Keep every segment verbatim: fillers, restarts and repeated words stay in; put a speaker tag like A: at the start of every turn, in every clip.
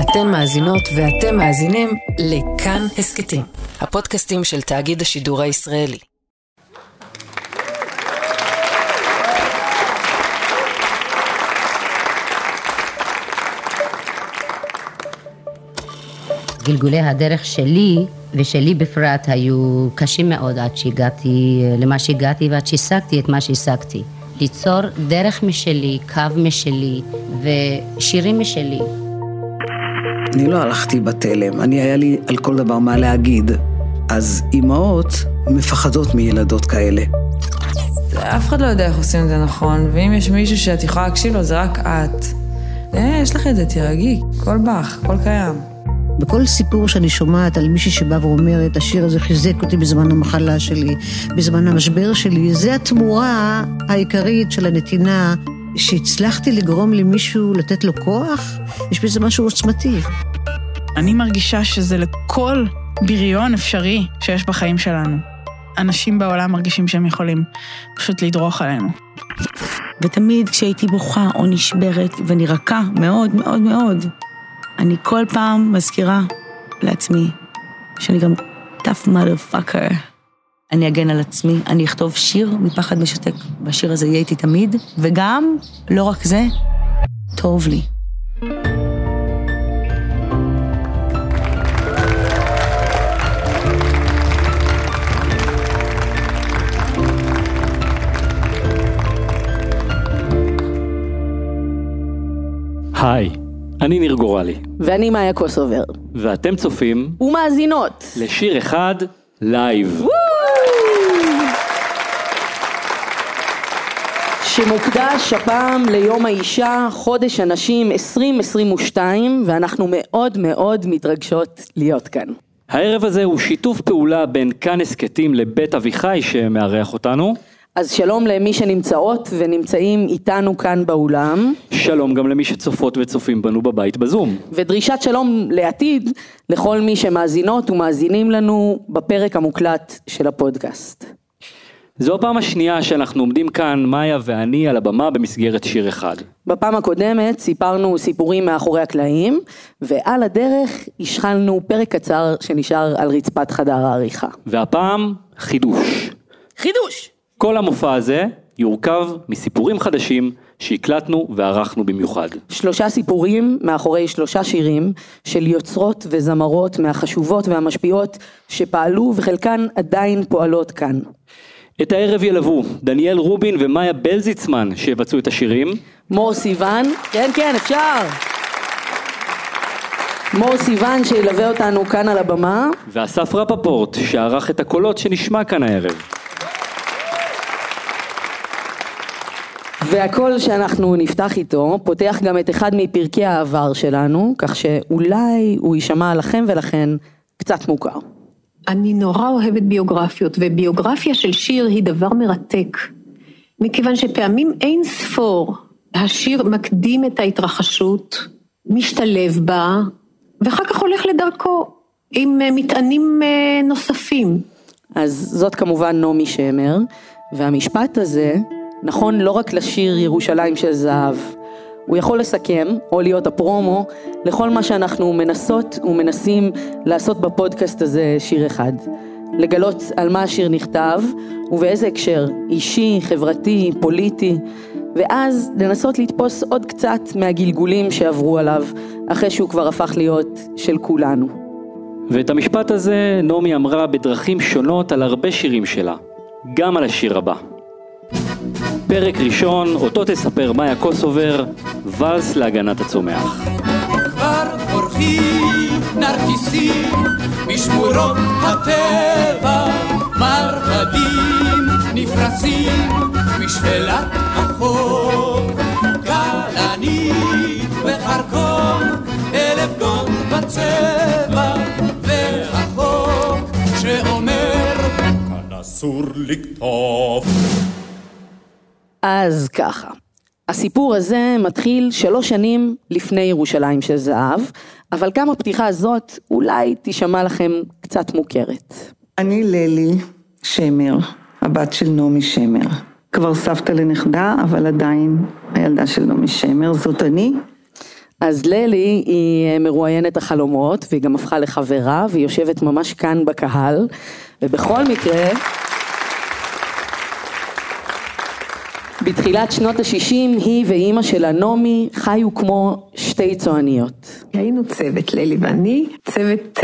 A: אתן מאזינות ואתם מאזינים לכאן הסקטים, הפודקאסטים של תאגיד השידור הישראלי.
B: גלגולי הדרך שלי ושלי בפרט היו קשים מאוד עד שהגעתי למה שהגעתי ועד שהשגתי את מה שהשגתי. ליצור דרך משלי, קו משלי ושירים משלי.
C: אני לא הלכתי בתלם, אני היה לי על כל דבר מה להגיד. אז אמהות מפחדות מילדות כאלה.
D: אף אחד לא יודע איך עושים את זה נכון, ואם יש מישהו שאת יכולה להקשיב לו, זה רק את. יש לך את זה, תירגעי, כל בח, כל קיים.
E: בכל סיפור שאני שומעת על מישהי שבא ואומרת, השיר הזה חיזק אותי בזמן המחלה שלי, בזמן המשבר שלי, זה התמורה העיקרית של הנתינה, שהצלחתי לגרום למישהו לתת לו כוח, יש בזה משהו עוצמתי.
F: אני מרגישה שזה לכל בריון אפשרי שיש בחיים שלנו. אנשים בעולם מרגישים שהם יכולים פשוט לדרוך עלינו.
G: ותמיד כשהייתי בוכה או נשברת ואני רכה מאוד מאוד מאוד, אני כל פעם מזכירה לעצמי שאני גם tough motherfucker. אני אגן על עצמי, אני אכתוב שיר מפחד משתק, והשיר הזה יהיה איתי תמיד, וגם, לא רק זה, טוב לי.
H: היי, אני ניר גורלי.
I: ואני מאיה קוסובר.
H: ואתם צופים
I: ומאזינות
H: לשיר אחד לייב.
I: שמוקדש הפעם ליום האישה, חודש הנשים עשרים עשרים ושתיים, ואנחנו מאוד מאוד מתרגשות להיות כאן.
H: הערב הזה הוא שיתוף פעולה בין כאן הסקטים לבית אביחי שמארח אותנו.
I: אז שלום למי שנמצאות ונמצאים איתנו כאן באולם.
H: שלום גם למי שצופות וצופים בנו בבית בזום.
I: ודרישת שלום לעתיד לכל מי שמאזינות ומאזינים לנו בפרק המוקלט של הפודקאסט.
H: זו הפעם השנייה שאנחנו עומדים כאן, מאיה ואני, על הבמה במסגרת שיר אחד.
I: בפעם הקודמת סיפרנו סיפורים מאחורי הקלעים, ועל הדרך השחלנו פרק קצר שנשאר על רצפת חדר העריכה.
H: והפעם חידוש.
I: חידוש!
H: כל המופע הזה יורכב מסיפורים חדשים שהקלטנו וערכנו במיוחד.
I: שלושה סיפורים מאחורי שלושה שירים של יוצרות וזמרות מהחשובות והמשפיעות שפעלו וחלקן עדיין פועלות כאן.
H: את הערב ילוו דניאל רובין ומאיה בלזיצמן שיבצעו את השירים.
I: מור סיוון, כן כן אפשר. מור סיוון שילווה אותנו כאן על הבמה.
H: ואסף רפפורט שערך את הקולות שנשמע כאן הערב.
I: והכל שאנחנו נפתח איתו פותח גם את אחד מפרקי העבר שלנו, כך שאולי הוא יישמע לכם ולכן קצת מוכר.
J: אני נורא אוהבת ביוגרפיות, וביוגרפיה של שיר היא דבר מרתק, מכיוון שפעמים אין ספור, השיר מקדים את ההתרחשות, משתלב בה, ואחר כך הולך לדרכו עם מטענים נוספים.
I: אז זאת כמובן נעמי שמר, והמשפט הזה נכון לא רק לשיר ירושלים של זהב, הוא יכול לסכם או להיות הפרומו לכל מה שאנחנו מנסות ומנסים לעשות בפודקאסט הזה שיר אחד. לגלות על מה השיר נכתב ובאיזה הקשר, אישי, חברתי, פוליטי, ואז לנסות לתפוס עוד קצת מהגלגולים שעברו עליו אחרי שהוא כבר הפך להיות של כולנו.
H: ואת המשפט הזה נעמי אמרה בדרכים שונות על הרבה שירים שלה, גם על השיר הבא. פרק ראשון, אותו תספר מאיה קוסובר, ולס להגנת הצומח.
K: כבר פורחים נרקיסים משמורות הטבע, מרבדים נפרסים משפלת החוף, כלנית וחרקום אלף גון בצבע, והחוק שאומר כאן אסור לכתוב.
I: אז ככה, הסיפור הזה מתחיל שלוש שנים לפני ירושלים של זהב, אבל גם הפתיחה הזאת אולי תשמע לכם קצת מוכרת.
L: אני ללי שמר, הבת של נעמי שמר. כבר סבתא לנכדה, אבל עדיין הילדה של נעמי שמר, זאת אני.
I: אז ללי היא מרואיינת החלומות, והיא גם הפכה לחברה, והיא יושבת ממש כאן בקהל, ובכל מקרה, בתחילת שנות ה-שישים, היא ואימא שלה נעמי חיו כמו שתי צועניות.
J: היינו צוות, ללי ואני, צוות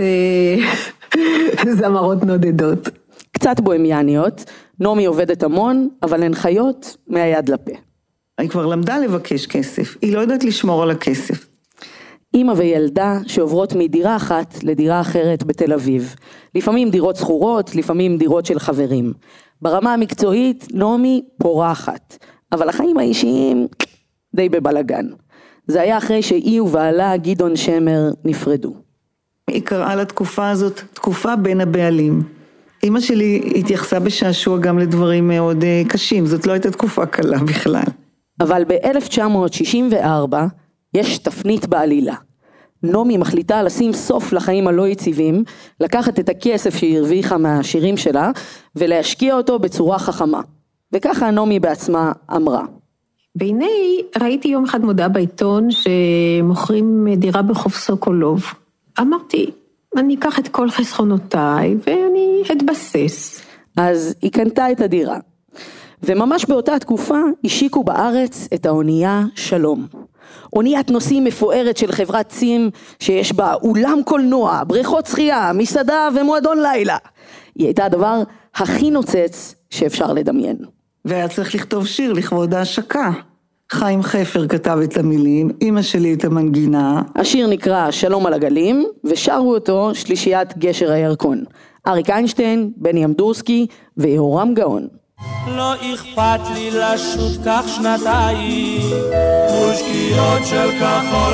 J: אה, זמרות נודדות.
I: קצת בוהמיאניות, נעמי עובדת המון, אבל הן חיות מהיד לפה.
L: היא כבר למדה לבקש כסף, היא לא יודעת לשמור על הכסף.
I: אמא וילדה שעוברות מדירה אחת לדירה אחרת בתל אביב. לפעמים דירות סחורות, לפעמים דירות של חברים. ברמה המקצועית, נעמי פורחת, אבל החיים האישיים די בבלגן. זה היה אחרי שהיא ובעלה גדעון שמר נפרדו.
L: היא קראה לתקופה הזאת תקופה בין הבעלים. אמא שלי התייחסה בשעשוע גם לדברים מאוד קשים, זאת לא הייתה תקופה קלה בכלל.
I: אבל ב-אלף תשע מאות שישים וארבע יש תפנית בעלילה. נעמי מחליטה לשים סוף לחיים הלא יציבים, לקחת את הכסף שהיא הרוויחה מהשירים שלה, ולהשקיע אותו בצורה חכמה. וככה נעמי בעצמה אמרה.
J: והנה ראיתי יום אחד מודעה בעיתון שמוכרים דירה בחוף סוקולוב. אמרתי, אני אקח את כל חסכונותיי ואני אתבסס.
I: אז היא קנתה את הדירה. וממש באותה תקופה השיקו בארץ את האונייה שלום. אוניית נוסעים מפוארת של חברת צים שיש בה אולם קולנוע, בריכות שחייה, מסעדה ומועדון לילה. היא הייתה הדבר הכי נוצץ שאפשר לדמיין.
L: והיה צריך לכתוב שיר לכבוד ההשקה. חיים חפר כתב את המילים, אמא שלי את המנגינה.
I: השיר נקרא שלום על הגלים, ושרו אותו שלישיית גשר הירקון. אריק איינשטיין, בני אמדורסקי ויהורם גאון.
K: לא אכפת לי לשוט כך שנתיים, מושקיות של כחול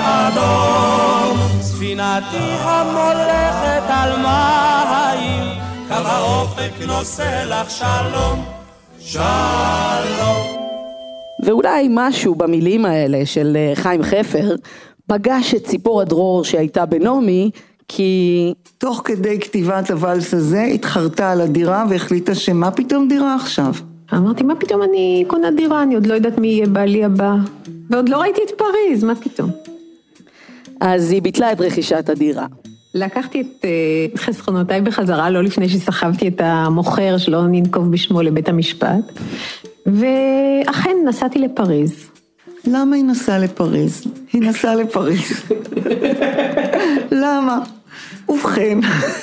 K: ואדום, ספינתי המולכת על מים, קו האופק נושא לך שלום, שלום.
I: ואולי משהו במילים האלה של חיים חפר פגש את ציפור הדרור שהייתה בנעמי, כי
L: תוך כדי כתיבת הוואלס הזה התחרתה על הדירה והחליטה שמה פתאום דירה עכשיו.
J: אמרתי, מה פתאום אני קונה דירה, אני עוד לא יודעת מי יהיה בעלי הבא, ועוד לא ראיתי את פריז, מה פתאום?
I: אז היא ביטלה את רכישת הדירה.
J: לקחתי את uh, חסכונותיי בחזרה, לא לפני שסחבתי את המוכר שלא ננקוב בשמו לבית המשפט, ואכן נסעתי לפריז.
L: למה היא נסעה לפריז? היא נסעה לפריז. למה? ובכן.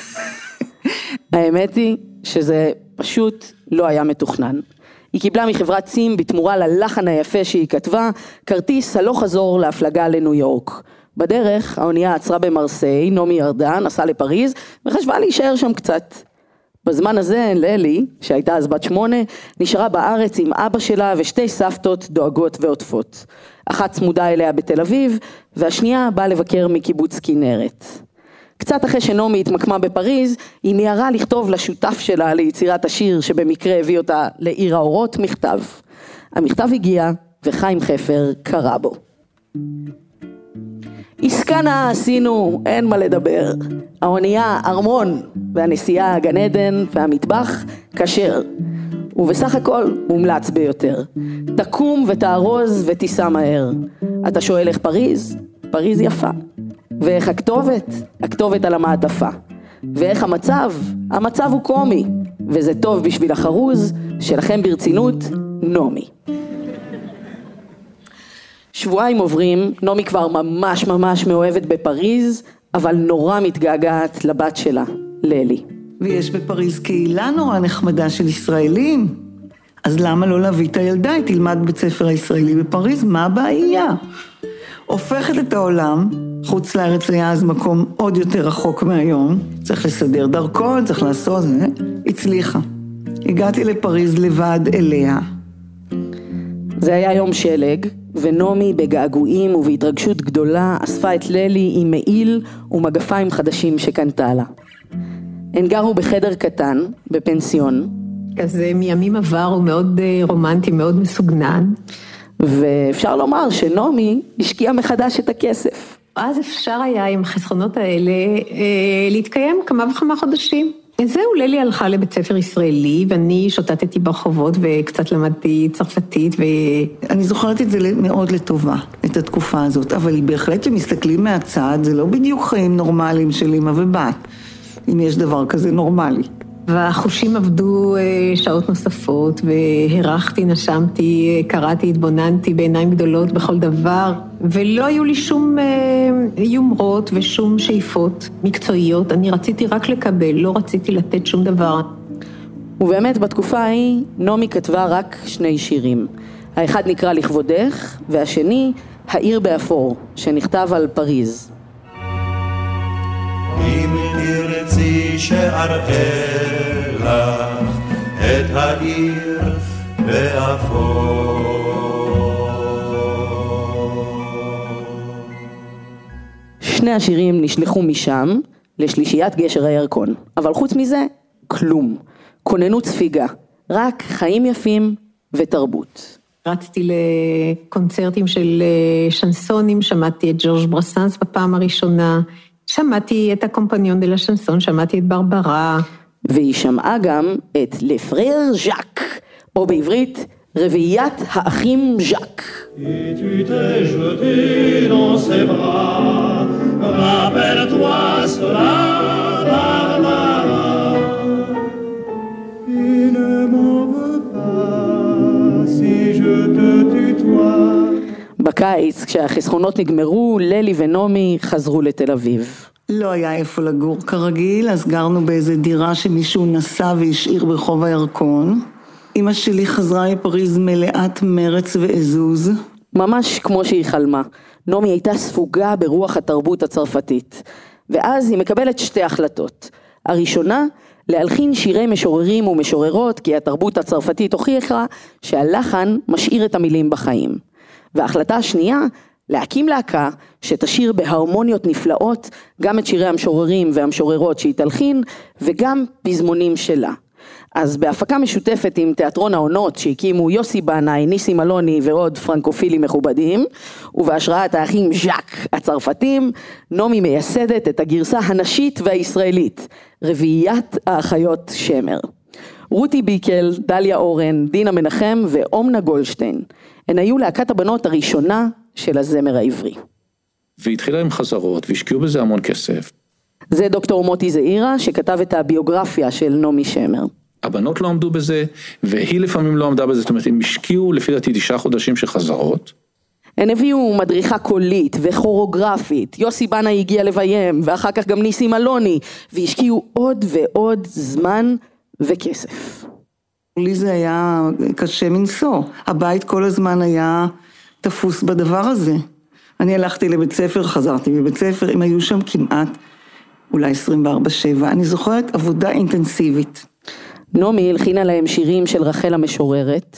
I: האמת היא שזה פשוט לא היה מתוכנן. היא קיבלה מחברת צים בתמורה ללחן היפה שהיא כתבה, כרטיס הלוך חזור להפלגה לניו יורק. בדרך האונייה עצרה במרסיי, נעמי ירדה, נסעה לפריז וחשבה להישאר שם קצת. בזמן הזה ללי, שהייתה אז בת שמונה, נשארה בארץ עם אבא שלה ושתי סבתות דואגות ועוטפות. אחת צמודה אליה בתל אביב, והשנייה באה לבקר מקיבוץ כנרת. קצת אחרי שנעמי התמקמה בפריז, היא מיהרה לכתוב לשותף שלה ליצירת השיר שבמקרה הביא אותה לעיר האורות מכתב. המכתב הגיע וחיים חפר קרא בו. עסקנה עשינו, אין מה לדבר. האונייה ארמון, והנסיעה גן עדן והמטבח כשר. ובסך הכל מומלץ ביותר. תקום ותארוז ותיסע מהר. אתה שואל איך פריז? פריז יפה. ואיך הכתובת? הכתובת על המעטפה. ואיך המצב? המצב הוא קומי. וזה טוב בשביל החרוז, שלכם ברצינות, נעמי. שבועיים עוברים, נעמי כבר ממש ממש מאוהבת בפריז, אבל נורא מתגעגעת לבת שלה, ללי.
L: ויש בפריז קהילה נורא נחמדה של ישראלים. אז למה לא להביא את הילדה? היא תלמד בית ספר הישראלי בפריז, מה הבעיה? הופכת את העולם, חוץ לארץ היה אז מקום עוד יותר רחוק מהיום, צריך לסדר דרכון, צריך לעשות זה, הצליחה. הגעתי לפריז לבד אליה.
I: זה היה יום שלג, ונעמי בגעגועים ובהתרגשות גדולה אספה את ללי עם מעיל ומגפיים חדשים שקנתה לה. הן גרו בחדר קטן, בפנסיון.
J: כזה מימים עבר הוא מאוד רומנטי, מאוד מסוגנן.
I: ואפשר לומר שנעמי השקיעה מחדש את הכסף.
J: אז אפשר היה עם החסכונות האלה להתקיים כמה וכמה חודשים. זהו, ללי הלכה לבית ספר ישראלי, ואני שוטטתי ברחובות וקצת למדתי צרפתית. ו...
L: אני זוכרת את זה מאוד לטובה, את התקופה הזאת, אבל בהחלט שמסתכלים מהצד, זה לא בדיוק חיים נורמליים של אמא ובת, אם יש דבר כזה נורמלי.
J: והחושים עבדו שעות נוספות, והרחתי, נשמתי, קראתי, התבוננתי בעיניים גדולות בכל דבר, ולא היו לי שום יומרות ושום שאיפות מקצועיות, אני רציתי רק לקבל, לא רציתי לתת שום דבר.
I: ובאמת בתקופה ההיא נעמי כתבה רק שני שירים. האחד נקרא לכבודך, והשני העיר באפור, שנכתב על פריז.
K: אם תרצי שאראה לך את העיר באפור.
I: שני השירים נשלחו משם לשלישיית גשר הירקון, אבל חוץ מזה, כלום. כוננות ספיגה, רק חיים יפים ותרבות.
J: רצתי לקונצרטים של שנסונים, שמעתי את ג'ורג' ברסנס בפעם הראשונה, שמעתי את הקומפניון דה לשנסון, שמעתי את ברברה.
I: והיא שמעה גם את לפריר ז'אק, או בעברית, רביעיית האחים ז'אק. בקיץ, כשהחסכונות נגמרו, ללי ונעמי חזרו לתל אביב.
L: לא היה איפה לגור כרגיל, אז גרנו באיזה דירה שמישהו נסע והשאיר ברחוב הירקון. אמא שלי חזרה מפריז מלאת מרץ ועזוז.
I: ממש כמו שהיא חלמה. נעמי הייתה ספוגה ברוח התרבות הצרפתית. ואז היא מקבלת שתי החלטות. הראשונה, להלחין שירי משוררים ומשוררות, כי התרבות הצרפתית הוכיחה שהלחן משאיר את המילים בחיים. וההחלטה השנייה, להקים להקה שתשיר בהרמוניות נפלאות גם את שירי המשוררים והמשוררות שהיא תלחין וגם פזמונים שלה. אז בהפקה משותפת עם תיאטרון העונות שהקימו יוסי בנאי, ניסים אלוני ועוד פרנקופילים מכובדים, ובהשראת האחים ז'אק הצרפתים, נעמי מייסדת את הגרסה הנשית והישראלית, רביעיית האחיות שמר. רותי ביקל, דליה אורן, דינה מנחם ואומנה גולדשטיין. הן היו להקת הבנות הראשונה של הזמר העברי.
M: והתחילה עם חזרות והשקיעו בזה המון כסף.
I: זה דוקטור מוטי זעירה שכתב את הביוגרפיה של נעמי שמר.
M: הבנות לא עמדו בזה, והיא לפעמים לא עמדה בזה, זאת אומרת, הם השקיעו לפי דעתי תשעה חודשים של חזרות.
I: הן הביאו מדריכה קולית וכורוגרפית, יוסי בנאי הגיע לביים, ואחר כך גם ניסים אלוני, והשקיעו עוד ועוד זמן וכסף.
L: לי זה היה קשה מנסוע, הבית כל הזמן היה תפוס בדבר הזה. אני הלכתי לבית ספר, חזרתי מבית ספר, הם היו שם כמעט אולי עשרים וארבע שבע, אני זוכרת עבודה אינטנסיבית.
I: נעמי הלחינה להם שירים של רחל המשוררת,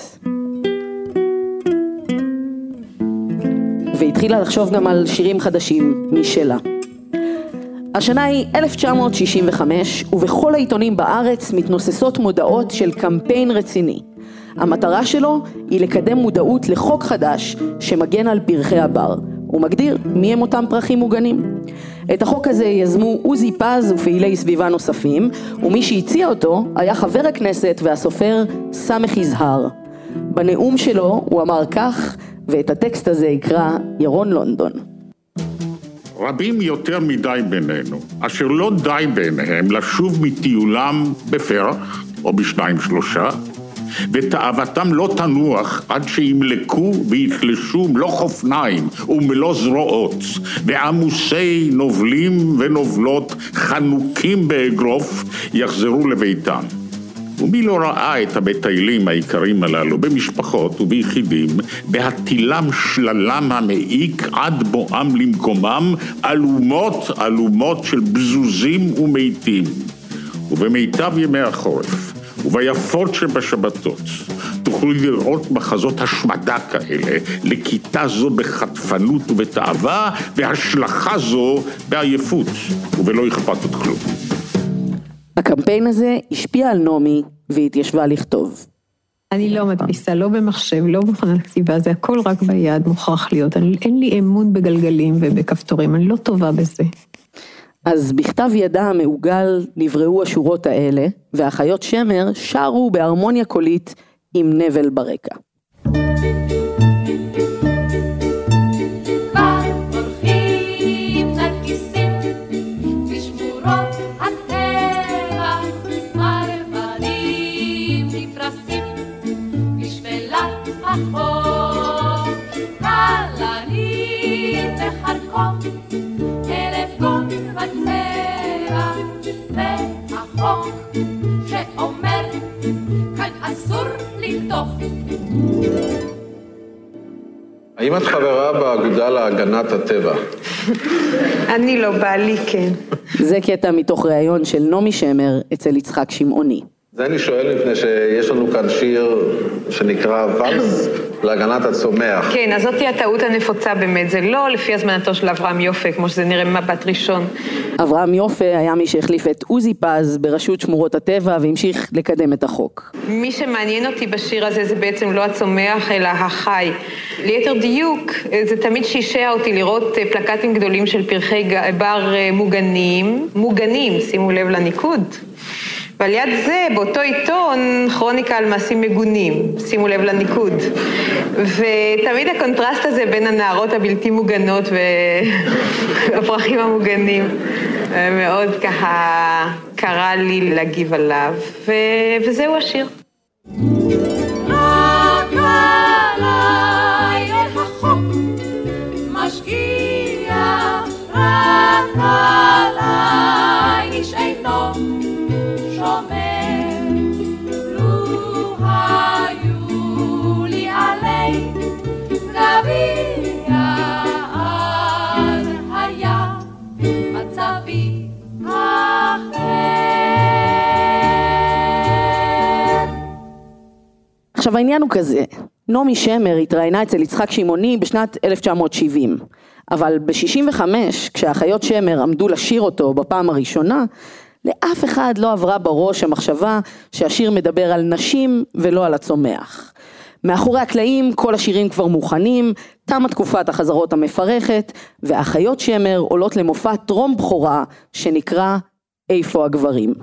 I: והתחילה לחשוב גם על שירים חדשים משלה. השנה היא אלף תשע מאות שישים וחמש, ובכל העיתונים בארץ מתנוססות מודעות של קמפיין רציני. המטרה שלו היא לקדם מודעות לחוק חדש שמגן על פרחי הבר. הוא מגדיר מי הם אותם פרחים מוגנים. את החוק הזה יזמו עוזי פז ופעילי סביבה נוספים, ומי שהציע אותו היה חבר הכנסת והסופר סמך יזהר. בנאום שלו הוא אמר כך, ואת הטקסט הזה יקרא ירון לונדון.
N: רבים יותר מדי בינינו, אשר לא די ביניהם לשוב מטיולם בפרח או בשניים שלושה, ותאוותם לא תנוח עד שימלכו ויתלשו מלוא חופניים ומלוא זרועות, ועמוסי נובלים ונובלות חנוקים באגרוף יחזרו לביתם. ומי לא ראה את המטיילים העיקרים הללו במשפחות וביחידים, בהטילם שללם המעיק עד בואם למקומם, אלומות אלומות של בזוזים ומתים. ובמיטב ימי החורף, וביפות שבשבתות, תוכלו לראות מחזות השמדה כאלה, לכיתה זו בחטפנות ובתאווה, והשלכה זו בעייפות, ובלא אכפת עוד כלום.
I: הקמפיין הזה השפיע על נעמי והתיישבה לכתוב.
J: אני לא מדפיסה, לא במחשב, לא מוכנה לכתיבה, זה הכל רק ביד, מוכרח להיות. אני, אין לי אמון בגלגלים ובכפתורים, אני לא טובה בזה.
I: אז בכתב ידה המעוגל נבראו השורות האלה, והחיות שמר שרו בהרמוניה קולית עם נבל ברקע.
O: שאומר כאן אסור לקטוף.
P: האם את חברה באגודה להגנת הטבע?
J: אני לא, בעלי כן.
I: זה קטע מתוך ראיון של נעמי שמר אצל יצחק שמעוני.
P: זה אני שואל מפני שיש לנו כאן שיר שנקרא ולס להגנת הצומח.
J: כן, אז זאת היא הטעות הנפוצה באמת, זה לא לפי הזמנתו של אברהם יופה, כמו שזה נראה ממבט ראשון.
I: אברהם יופה היה מי שהחליף את עוזי פז בראשות שמורות הטבע והמשיך לקדם את החוק.
J: מי שמעניין אותי בשיר הזה זה בעצם לא הצומח אלא החי. ליתר דיוק, זה תמיד שישע אותי לראות פלקטים גדולים של פרחי בר מוגנים, מוגנים, שימו לב לניקוד. ועל יד זה, באותו עיתון, כרוניקה על מעשים מגונים, שימו לב לניקוד. ותמיד הקונטרסט הזה בין הנערות הבלתי מוגנות והפרחים המוגנים, מאוד ככה קרה לי להגיב עליו, ו... וזהו השיר.
O: רק עליי החוק משגיח, רק עליי איש אינו שומר, לו היו לי עלי גביע, אז היה מצבי אחר.
I: עכשיו העניין הוא כזה, נעמי שמר התראיינה אצל יצחק שמעוני בשנת אלף תשע מאות שבעים, אבל ב-שישים וחמש, כשהחיות שמר עמדו לשיר אותו בפעם הראשונה, לאף אחד לא עברה בראש המחשבה שהשיר מדבר על נשים ולא על הצומח. מאחורי הקלעים כל השירים כבר מוכנים, תמה תקופת החזרות המפרכת, והחיות שמר עולות למופע טרום בחורה שנקרא איפה הגברים.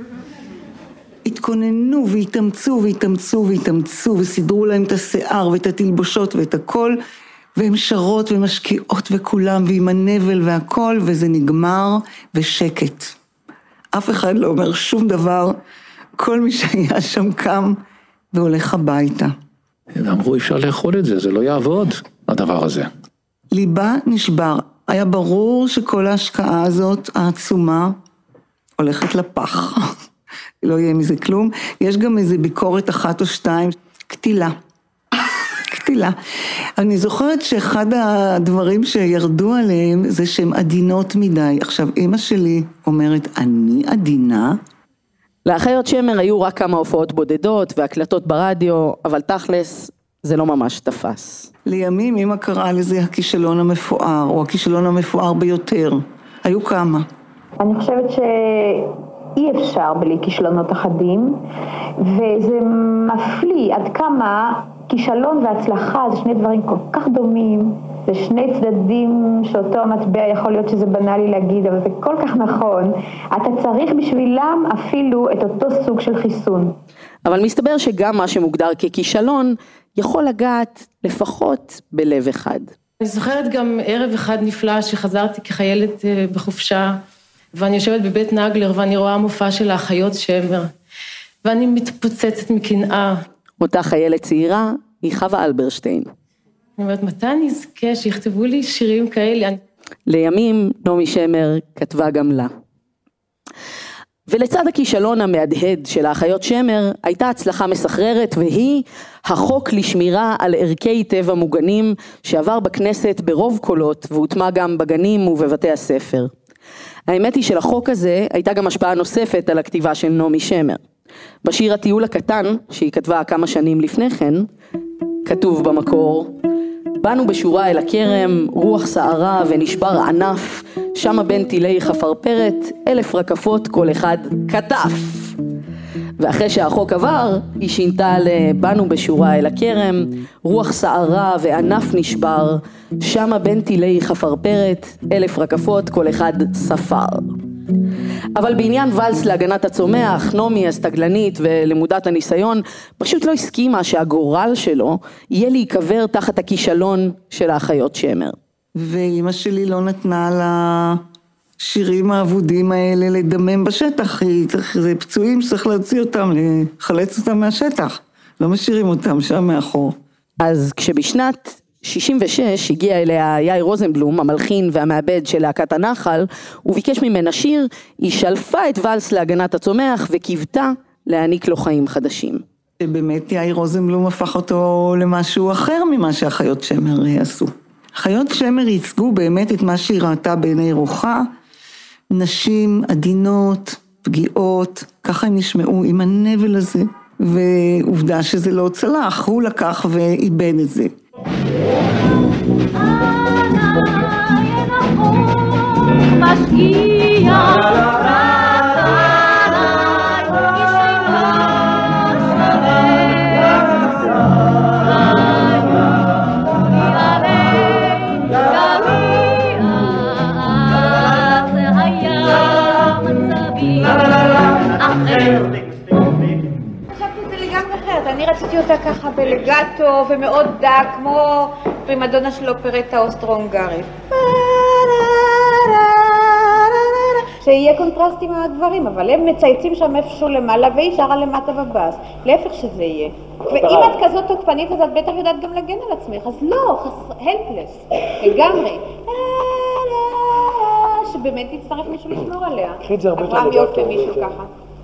L: התכוננו והתאמצו והתאמצו והתאמצו וסידרו להם את השיער ואת התלבושות ואת הכל, והם שרות ומשקיעות וכולם ועם הנבל והכל, וזה נגמר ושקט. אף אחד לא אומר שום דבר, כל מי שהיה שם קם והולך הביתה.
M: ואמרו אפשר לאכול את זה, זה לא יעבוד, הדבר הזה.
L: ליבה נשבר, היה ברור שכל ההשקעה הזאת, העצומה, הולכת לפח. לא יהיה מזה כלום. יש גם איזה ביקורת אחת או שתיים, קטילה. קטילה. אני זוכרת שאחד הדברים שירדו עליהם זה שהן עדינות מדי. עכשיו, אמא שלי אומרת, אני עדינה?
I: לאחיות שמר היו רק כמה הופעות בודדות והקלטות ברדיו, אבל תכלס זה לא ממש תפס.
L: לימים אמא קראה לזה הכישלון המפואר, או הכישלון המפואר ביותר. היו כמה.
J: אני חושבת שאי אפשר בלי כישלונות אחדים, וזה מפליא עד כמה כישלון והצלחה זה שני דברים כל כך דומים, זה שני צדדים שאותו המטבע, יכול להיות שזה בנאלי להגיד, אבל זה כל כך נכון. אתה צריך בשבילם אפילו את אותו סוג של חיסון.
I: אבל מסתבר שגם מה שמוגדר ככישלון יכול לגעת לפחות בלב אחד.
Q: אני זוכרת גם ערב אחד נפלא שחזרתי כחיילת בחופשה, ואני יושבת בבית נגלר ואני רואה מופע של האחיות שמר, ואני מתפוצצת מקנאה.
I: אותה חיילת צעירה היא חווה אלברשטיין.
Q: אני אומרת, מתי אני אזכה שיכתבו לי שירים כאלה?
I: לימים נעמי שמר כתבה גם לה. ולצד הכישלון המהדהד של האחיות שמר, הייתה הצלחה מסחררת, והיא החוק לשמירה על ערכי טבע מוגנים, שעבר בכנסת ברוב קולות, והוטמע גם בגנים ובבתי הספר. האמת היא שלחוק הזה הייתה גם השפעה נוספת על הכתיבה של נעמי שמר. בשיר הטיול הקטן, שהיא כתבה כמה שנים לפני כן, כתוב במקור, באנו בשורה אל הכרם, רוח שערה ונשבר ענף, שמה בין טילי חפרפרת, אלף רקפות כל אחד כתף. ואחרי שהחוק עבר, היא שינתה לבנו בשורה אל הכרם, רוח סערה וענף נשבר, שמה בין טילי חפרפרת, אלף רקפות, כל אחד ספר. אבל בעניין ולס להגנת הצומח, נעמי הסתגלנית ולמודת הניסיון, פשוט לא הסכימה שהגורל שלו יהיה להיקבר תחת הכישלון של האחיות שמר.
L: ואמא שלי לא נתנה לשירים האבודים האלה לדמם בשטח, זה פצועים שצריך להוציא אותם, לחלץ אותם מהשטח, לא משאירים אותם שם מאחור.
I: אז כשבשנת שישים ושש הגיע אליה יאיר רוזנבלום, המלחין והמעבד של להקת הנחל, הוא ביקש ממנה שיר, היא שלפה את ולס להגנת הצומח וקיוותה להעניק לו חיים חדשים.
L: שבאמת יאיר רוזנבלום הפך אותו למשהו אחר ממה שאחיות שמר עשו. אחיות שמר ייצגו באמת את מה שהיא ראתה בעיני רוחה, נשים עדינות, פגיעות, ככה הם נשמעו עם הנבל הזה, ועובדה שזה לא צלח, הוא לקח ואיבד את זה.
O: משקיע
R: אני רציתי אותה ככה בלגטו ומאוד דק, כמו פרימדונה של אופרטה אוסטרו-הונגרית. שיהיה קונטרסט עם הדברים, אבל הם מצייצים שם איפשהו למעלה והיא שרה למטה בבאס. להפך שזה יהיה. ואם את כזאת תוקפנית, אז את בטח יודעת גם לגן על עצמך. אז לא, helpless, לגמרי. שבאמת תצטרך מישהו לשמור עליה. אברהם יופי מישהו ככה.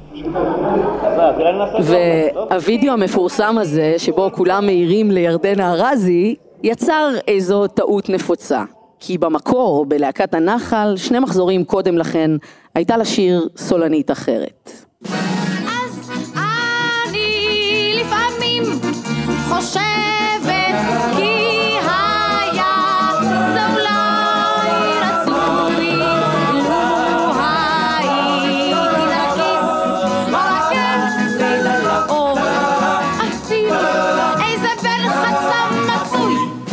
I: והווידאו המפורסם הזה, שבו כולם מהירים לירדנה ארזי, יצר איזו טעות נפוצה. כי במקור, בלהקת הנחל, שני מחזורים קודם לכן, הייתה לשיר סולנית אחרת.
O: אז אני לפעמים חושבת כי היה זה אולי רצוי לו הייתי נרגיס או רכב או אפילו איזה בן חצם מצוי.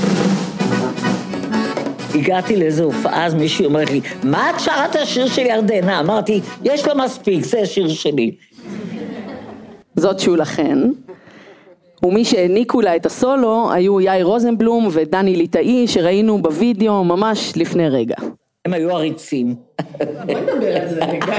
S: הגעתי לאיזו הופעה, אז מישהי אומרת לי, מה את שרת את השיר של ירדנה? אמרתי, יש לה מספיק, זה השיר שלי.
I: זאת שולה חן, ומי שהעניקו לה את הסולו היו יאיר רוזנבלום ודני ליטאי, שראינו בווידאו ממש לפני רגע.
S: הם היו עריצים.
F: בוא נדבר על זה רגע.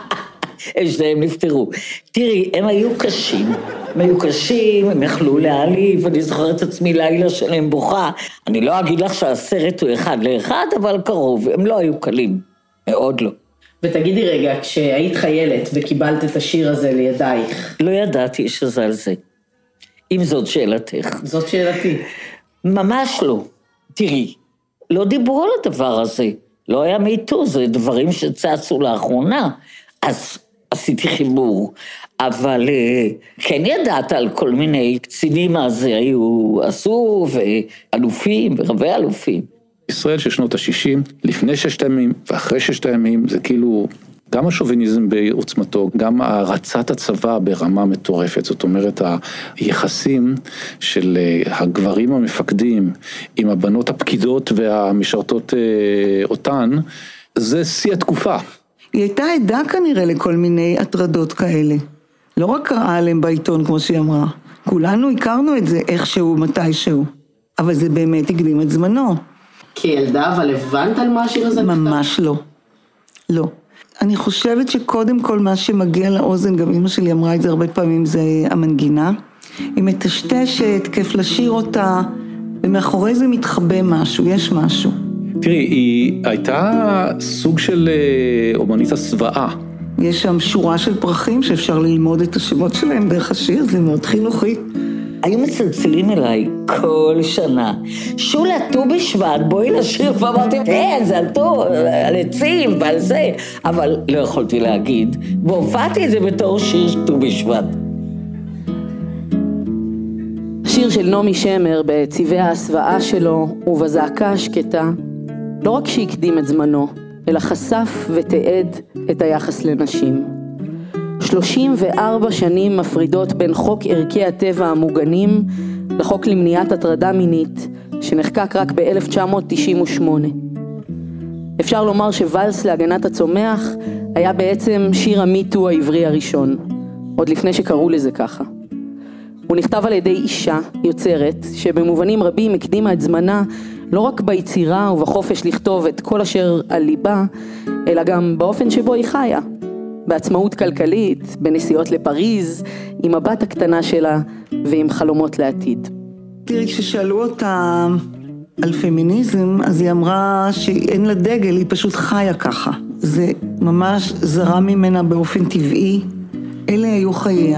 S: הם שניהם נפטרו. תראי, הם היו קשים. הם היו קשים, הם יכלו להעליב, אני זוכרת עצמי לילה שלהם בוכה. אני לא אגיד לך שהסרט הוא אחד לאחד, אבל קרוב, הם לא היו קלים. מאוד לא.
F: ותגידי רגע, כשהיית חיילת וקיבלת את השיר הזה לידייך.
S: לא ידעתי שזה על זה. אם זאת שאלתך.
F: זאת שאלתי.
S: ממש לא. תראי, לא דיברו על הדבר הזה. לא היה מיתו, זה דברים שצצו לאחרונה. אז עשיתי חיבור. אבל כן ידעת על כל מיני קצינים אז היו עשו, ואלופים, ורבי אלופים.
M: ישראל של שנות ה-שישים, לפני ששת הימים ואחרי ששת הימים, זה כאילו גם השוביניזם בעוצמתו, גם הרצת הצבא ברמה מטורפת, זאת אומרת היחסים של הגברים המפקדים עם הבנות הפקידות והמשרתות אותן, זה שיא התקופה.
L: היא הייתה עדה כנראה לכל מיני הטרדות כאלה. לא רק קראה עליהם בעיתון כמו שהיא אמרה, כולנו הכרנו את זה איכשהו, מתישהו, אבל זה באמת הקדים את זמנו.
F: כילדה, אבל הבנת על מה השיר הזה?
L: ממש לא. לא. אני חושבת שקודם כל מה שמגיע לאוזן, גם אמא שלי אמרה את זה הרבה פעמים, זה המנגינה. היא מטשטשת, כיף לשיר אותה, ומאחורי זה מתחבא משהו, יש משהו.
M: תראי, היא הייתה סוג של אומנית הסוואה.
L: יש שם שורה של פרחים שאפשר ללמוד את השמות שלהם דרך השיר, זה מאוד חינוכי.
S: היו מצלצלים אליי כל שנה. שולה, ט"ו בשבט, בואי לשיר, ואמרתי, כן, זה על ט"ו, על עצים ועל זה, אבל לא יכולתי להגיד, והופעתי את זה בתור שיר ט"ו בשבט.
I: השיר של נעמי שמר בצבעי ההסוואה שלו ובזעקה השקטה, לא רק שהקדים את זמנו, אלא חשף ותעד את היחס לנשים. שלושים וארבע שנים מפרידות בין חוק ערכי הטבע המוגנים לחוק למניעת הטרדה מינית, שנחקק רק ב-אלף תשע מאות תשעים ושמונה. אפשר לומר שוואלס להגנת הצומח היה בעצם שיר המיטו העברי הראשון, עוד לפני שקראו לזה ככה. הוא נכתב על ידי אישה, יוצרת, שבמובנים רבים הקדימה את זמנה לא רק ביצירה ובחופש לכתוב את כל אשר על ליבה, אלא גם באופן שבו היא חיה. בעצמאות כלכלית, בנסיעות לפריז, עם הבת הקטנה שלה ועם חלומות לעתיד.
L: תראי, כששאלו אותה על פמיניזם, אז היא אמרה שאין לה דגל, היא פשוט חיה ככה. זה ממש זרם ממנה באופן טבעי. אלה היו חייה.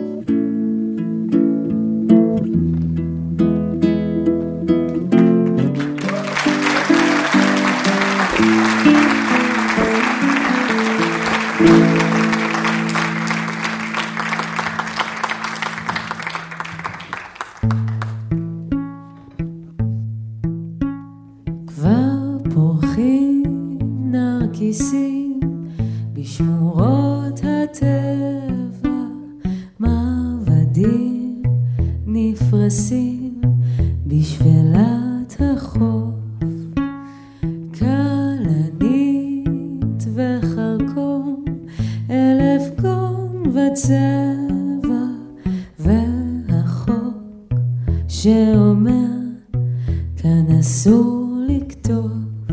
T: בשמורות הטבע מעבדים נפרסים בשפלת החוף, כלנית וחרקום אלף גון וצבע, והחוק שאומר כאן אסור לכתוב.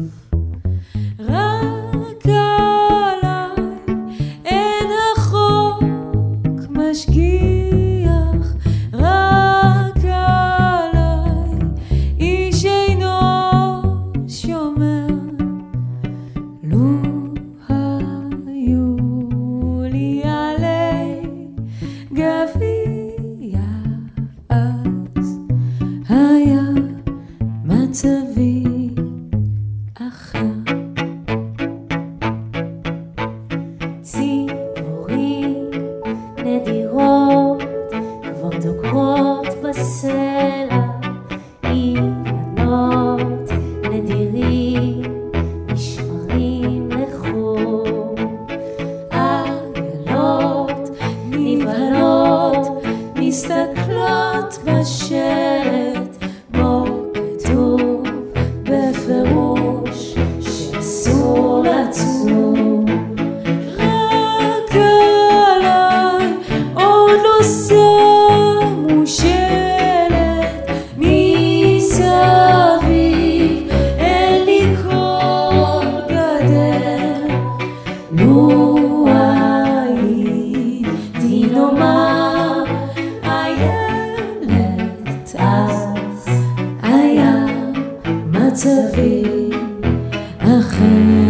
T: משגיח רק עליי, איש אינו שומר. לו היו לי עלי גביע, אז היה מצבי אחר. נדירות כבר דוקרות בסלע, אילנות נדירים נשמרים לחום, איילות נבהלות מסתכלות בשלט, בו כתוב בפירוש שאסור לצום. שמו שלט מסביב, אין לי כל גדר. לו הייתי נאמר איילת, אז היה מצבי אחר.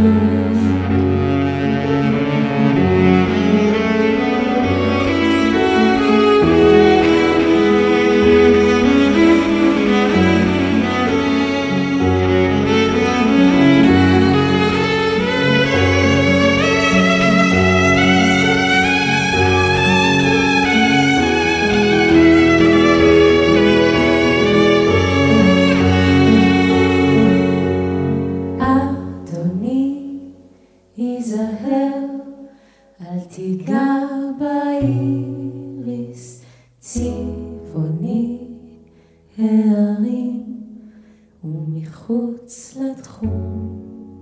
T: היזהר, אל תיגע באיריס, צבעוני הערים ומחוץ לתחום.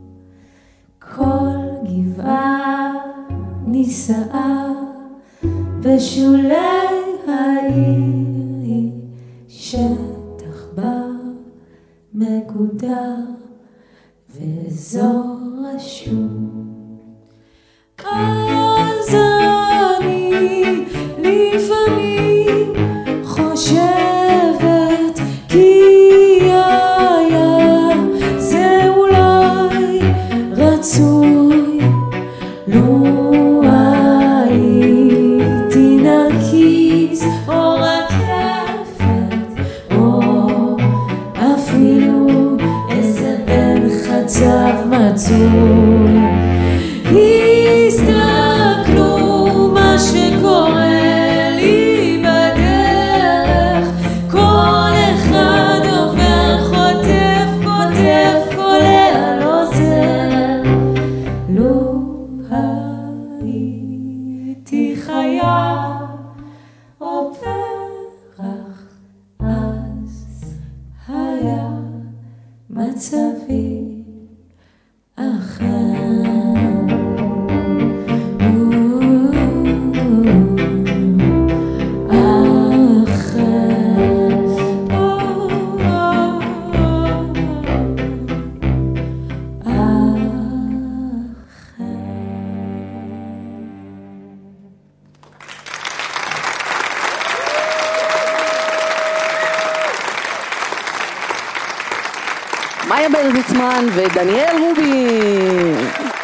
T: כל גבעה נישאה בשולי העיר היא שטח בר מגודר ואזור רשום. אז אני לפעמים חושבת כי היה זה אולי רצוי, לו הייתי נרקיס או רקפת או אפילו איזה בן חצב מצוי. הסתכלו מה שקורה לי בדרך, כל אחד עובר חוטף כותף קולע לא זר. לו הייתי
I: מאיה ברזיצמן ודניאל רובין.